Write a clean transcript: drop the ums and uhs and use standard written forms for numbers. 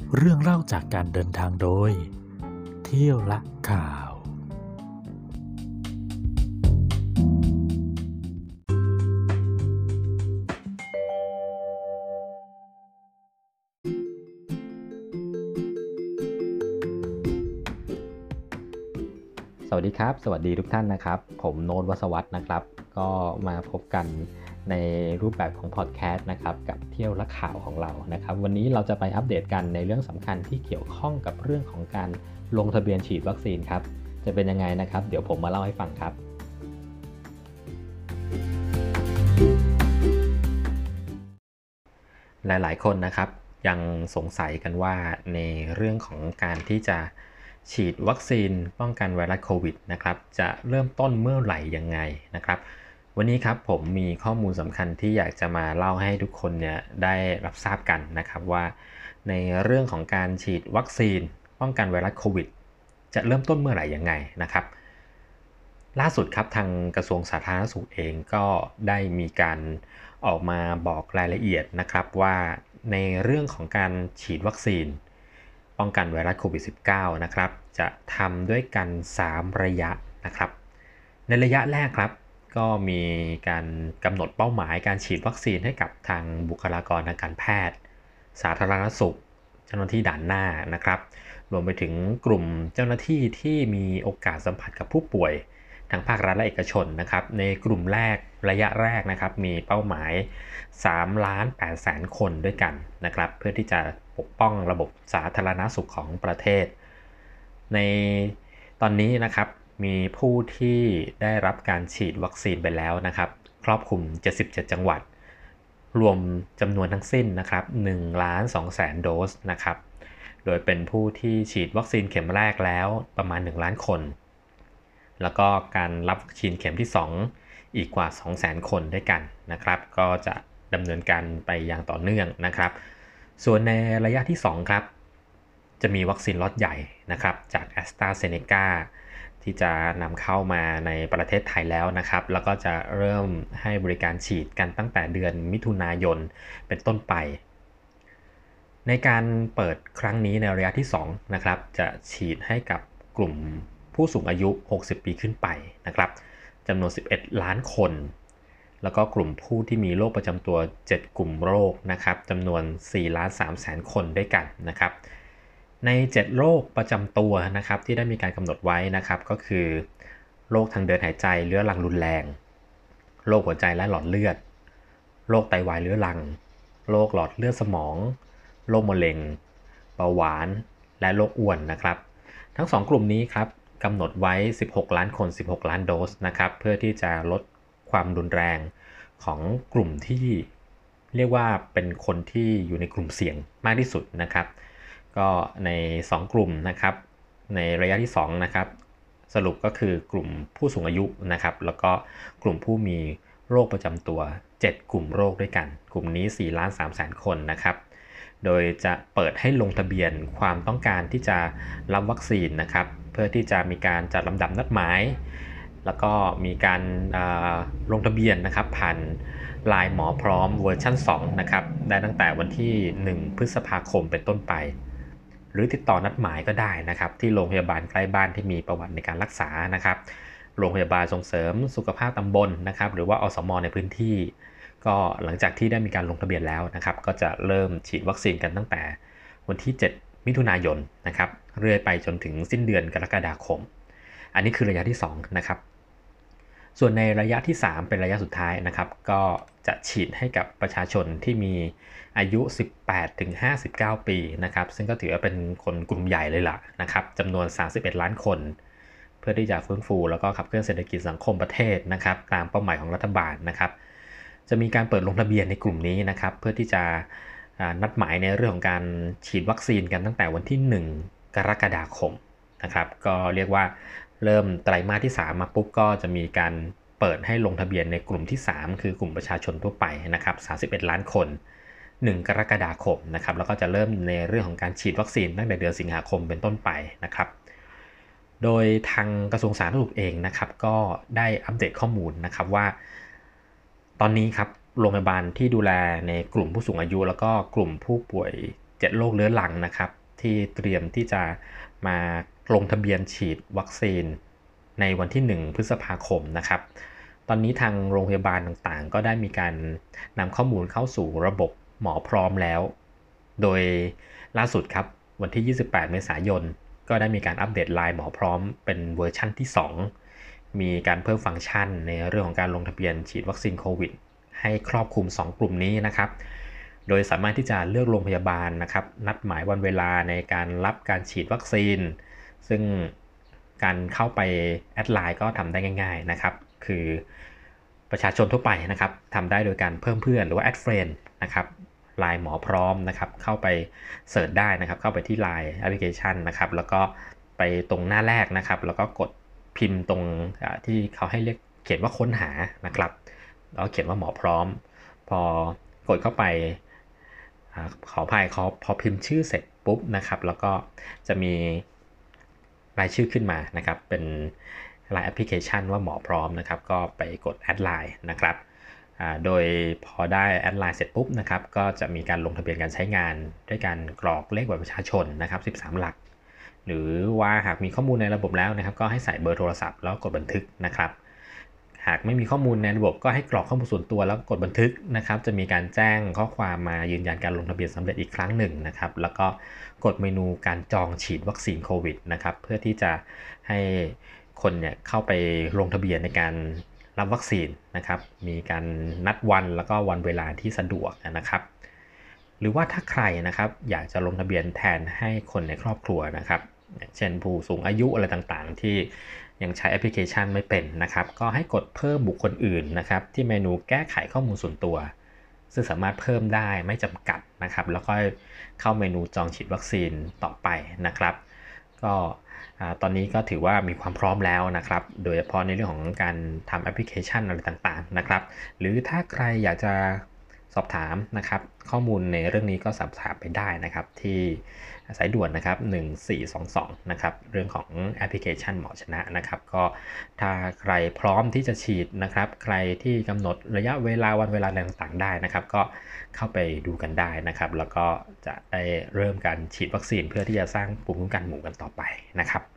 เรื่องเล่าจากการเดินทางโดยเที่ยวละข่าวสวัสดีครับสวัสดีทุกท่านนะครับผมโน้ตวศวัฒน์นะครับก็มาพบกันในรูปแบบของพอดแคสต์นะครับกับเที่ยวละข่าวของเรานะครับวันนี้เราจะไปอัปเดตกันในเรื่องสำคัญที่เกี่ยวข้องกับเรื่องของการลงทะเบียนฉีดวัคซีนครับจะเป็นยังไงนะครับเดี๋ยวผมมาเล่าให้ฟังครับหลายๆคนนะครับยังสงสัยกันว่าในเรื่องของการที่จะฉีดวัคซีนป้องกันไวรัสโควิดนะครับจะเริ่มต้นเมื่อไหร่ยังไงนะครับวันนี้ครับผมมีข้อมูลสำคัญที่อยากจะมาเล่าให้ทุกคนเนี่ยได้รับทราบกันนะครับว่าในเรื่องของการฉีดวัคซีนป้องกันไวรัสโควิดจะเริ่มต้นเมื่อไหร่ยังไงนะครับล่าสุดครับทางกระทรวงสาธารณสุขเองก็ได้มีการออกมาบอกรายละเอียดนะครับว่าในเรื่องของการฉีดวัคซีนป้องกันไวรัสโควิด -19 นะครับจะทำด้วยกัน3ระยะนะครับในระยะแรกครับก็มีการกำหนดเป้าหมายการฉีดวัคซีนให้กับทางบุคลากรทางการแพทย์สาธารณสุขเจ้าหน้าที่ด่านหน้านะครับรวมไปถึงกลุ่มเจ้าหน้าที่ที่มีโอกาสสัมผัสกับผู้ป่วยทางภาครัฐและเอกชนนะครับในกลุ่มแรกระยะแรกนะครับมีเป้าหมาย3,800,000 คนด้วยกันนะครับเพื่อที่จะปกป้องระบบสาธารณสุขของประเทศในตอนนี้นะครับมีผู้ที่ได้รับการฉีดวัคซีนไปแล้วนะครับครอบคลุม77จังหวัดรวมจำนวนทั้งสิ้นนะครับ1,200,000 โดสนะครับโดยเป็นผู้ที่ฉีดวัคซีนเข็มแรกแล้วประมาณ1 ล้านคนแล้วก็การรับวัคซีนเข็มที่2อีกกว่า 200,000 คนด้วยกันนะครับก็จะดำเนินการไปอย่างต่อเนื่องนะครับส่วนในระยะที่2ครับจะมีวัคซีนล็อตใหญ่นะครับจาก AstraZeneca ที่จะนำเข้ามาในประเทศไทยแล้วนะครับแล้วก็จะเริ่มให้บริการฉีดกันตั้งแต่เดือนมิถุนายนเป็นต้นไปในการเปิดครั้งนี้ในระยะที่2นะครับจะฉีดให้กับกลุ่มผู้สูงอายุ60ปีขึ้นไปนะครับจำนวน11ล้านคนแล้วก็กลุ่มผู้ที่มีโรคประจำตัว7กลุ่มโรคนะครับจำนวน4,300,000 คนด้วยกันนะครับใน7โรคประจำตัวนะครับที่ได้มีการกำหนดไว้นะครับก็คือโรคทางเดินหายใจเรื้อรังรุนแรงโรคหัวใจและหลอดเลือดโรคไตวายเรื้อรังโรคหลอดเลือดสมองโรคมะเร็งเบาหวานและโรคอ้วนนะครับทั้ง2กลุ่มนี้ครับกำหนดไว้16ล้านคน16ล้านโดสนะครับเพื่อที่จะลดความรุนแรงของกลุ่มที่เรียกว่าเป็นคนที่อยู่ในกลุ่มเสี่ยงมากที่สุดนะครับก็ใน2กลุ่มนะครับในระยะที่2นะครับสรุปก็คือกลุ่มผู้สูงอายุนะครับแล้วก็กลุ่มผู้มีโรคประจำตัว7กลุ่มโรคด้วยกันกลุ่มนี้4,300,000 คนนะครับโดยจะเปิดให้ลงทะเบียนความต้องการที่จะรับวัคซีนนะครับเพื่อที่จะมีการจัดลำดับนัดหมายแล้วก็มีการลงทะเบียนนะครับผ่านLINE หมอพร้อมเวอร์ชัน2นะครับได้ตั้งแต่วันที่1พฤษภาคมเป็นต้นไปหรือติดต่อนัดหมายก็ได้นะครับที่โรงพยาบาลใกล้บ้านที่มีประวัติในการรักษานะครับโรงพยาบาลส่งเสริมสุขภาพตำบลนะครับหรือว่าอสม.ในพื้นที่ก็หลังจากที่ได้มีการลงทะเบียนแล้วนะครับก็จะเริ่มฉีดวัคซีนกันตั้งแต่วันที่7มิถุนายนนะครับเรื่อยไปจนถึงสิ้นเดือนกรกฎาคมอันนี้คือระยะที่2นะครับส่วนในระยะที่3เป็นระยะสุดท้ายนะครับก็จะฉีดให้กับประชาชนที่มีอายุ18-59 ปีนะครับซึ่งก็ถือว่าเป็นคนกลุ่มใหญ่เลยล่ะนะครับจำนวน31ล้านคนเพื่อที่จะฟื้นฟูแล้วก็ขับเคลื่อนเศรษฐกิจสังคมประเทศนะครับตามเป้าหมายของรัฐบาลนะครับจะมีการเปิดลงทะเบียนในกลุ่มนี้นะครับเพื่อที่จะนัดหมายในเรื่องของการฉีดวัคซีนกันตั้งแต่วันที่1กรกฎาคมนะครับก็เรียกว่าเริ่มไตรมาสที่3มาปุ๊บก็จะมีการเปิดให้ลงทะเบียนในกลุ่มที่3คือกลุ่มประชาชนทั่วไปนะครับ31ล้านคน1กรกฎาคมนะครับแล้วก็จะเริ่มในเรื่องของการฉีดวัคซีนตั้งแต่เดือนสิงหาคมเป็นต้นไปนะครับโดยทางกระทรวงสาธารณสุขเองนะครับก็ได้อัปเดตข้อมูลนะครับว่าตอนนี้ครับโรงพยาบาลที่ดูแลในกลุ่มผู้สูงอายุแล้วก็กลุ่มผู้ป่วย 7โรคเรื้อรังนะครับที่เตรียมที่จะมาลงทะเบียนฉีดวัคซีนในวันที่1พฤษภาคมนะครับตอนนี้ทางโรงพยาบาลต่างๆก็ได้มีการนำข้อมูลเข้าสู่ระบบหมอพร้อมแล้วโดยล่าสุดครับวันที่28เมษายนก็ได้มีการอัปเดตไลน์หมอพร้อมเป็นเวอร์ชั่นที่2มีการเพิ่มฟังก์ชันในเรื่องของการลงทะเบียนฉีดวัคซีนโควิดให้ครอบคลุม2กลุ่มนี้นะครับโดยสามารถที่จะเลือกโรงพยาบาลนะครับนัดหมายวันเวลาในการรับการฉีดวัคซีนซึ่งการเข้าไปแอดไลน์ก็ทำได้ง่ายๆนะครับคือประชาชนทั่วไปนะครับทำได้โดยการเพิ่มเพื่อนหรือว่าแอดเฟรนด์นะครับไลน์หมอพร้อมนะครับเข้าไปเสิร์ชได้นะครับเข้าไปที่ Line แอปพลิเคชันนะครับแล้วก็ไปตรงหน้าแรกนะครับแล้วก็กดพิมพ์ตรงที่เขาให้เรียกเขียนว่าค้นหานะครับแล้วเขียนว่าหมอพร้อมพอกดเข้าไปขออภัยพอพิมพ์ชื่อเสร็จปุ๊บนะครับแล้วก็จะมีรายชื่อขึ้นมานะครับเป็น Line แอปพลิเคชันว่าหมอพร้อมนะครับก็ไปกดแอดไลน์นะครับโดยพอได้แอดไลน์เสร็จปุ๊บนะครับก็จะมีการลงทะเบียนการใช้งานด้วยการกรอกเลขบัตรประชาชนนะครับ13หลักหรือว่าหากมีข้อมูลในระบบแล้วนะครับก็ให้ใส่เบอร์โทรศัพท์แล้วกดบันทึกนะครับหากไม่มีข้อมูลในระบบก็ให้กรอกข้อมูลส่วนตัวแล้วกดบันทึกนะครับจะมีการแจ้งข้อความมายืนยันการลงทะเบียนสำเร็จอีกครั้งหนึ่งนะครับแล้วก็กดเมนูการจองฉีดวัคซีนโควิดนะครับเพื่อที่จะให้คนเนี่ยเข้าไปลงทะเบียนในการรับวัคซีนนะครับมีการนัดวันแล้วก็วันเวลาที่สะดวกนะครับหรือว่าถ้าใครนะครับอยากจะลงทะเบียนแทนให้คนในครอบครัวนะครับเช่นผู้สูงอายุอะไรต่างๆที่ยังใช้แอปพลิเคชันไม่เป็นนะครับก็ให้กดเพิ่มบุคคลอื่นนะครับที่เมนูแก้ไขข้อมูลส่วนตัวซึ่งสามารถเพิ่มได้ไม่จำกัดนะครับแล้วก็เข้าเมนูจองฉีดวัคซีนต่อไปนะครับก็ตอนนี้ก็ถือว่ามีความพร้อมแล้วนะครับโดยเฉพาะในเรื่องของการทำแอปพลิเคชันอะไรต่างๆนะครับหรือถ้าใครอยากจะสอบถามนะครับข้อมูลในเรื่องนี้ก็สอบถามไปได้นะครับที่สายด่วนนะครับ1422นะครับเรื่องของแอปพลิเคชันหมอชนะนะครับก็ถ้าใครพร้อมที่จะฉีดนะครับใครที่กำหนดระยะเวลาวันเวลาต่างๆได้นะครับก็เข้าไปดูกันได้นะครับแล้วก็จะได้เริ่มการฉีดวัคซีนเพื่อที่จะสร้างภูมิคุ้มกันหมู่กันต่อไปนะครับ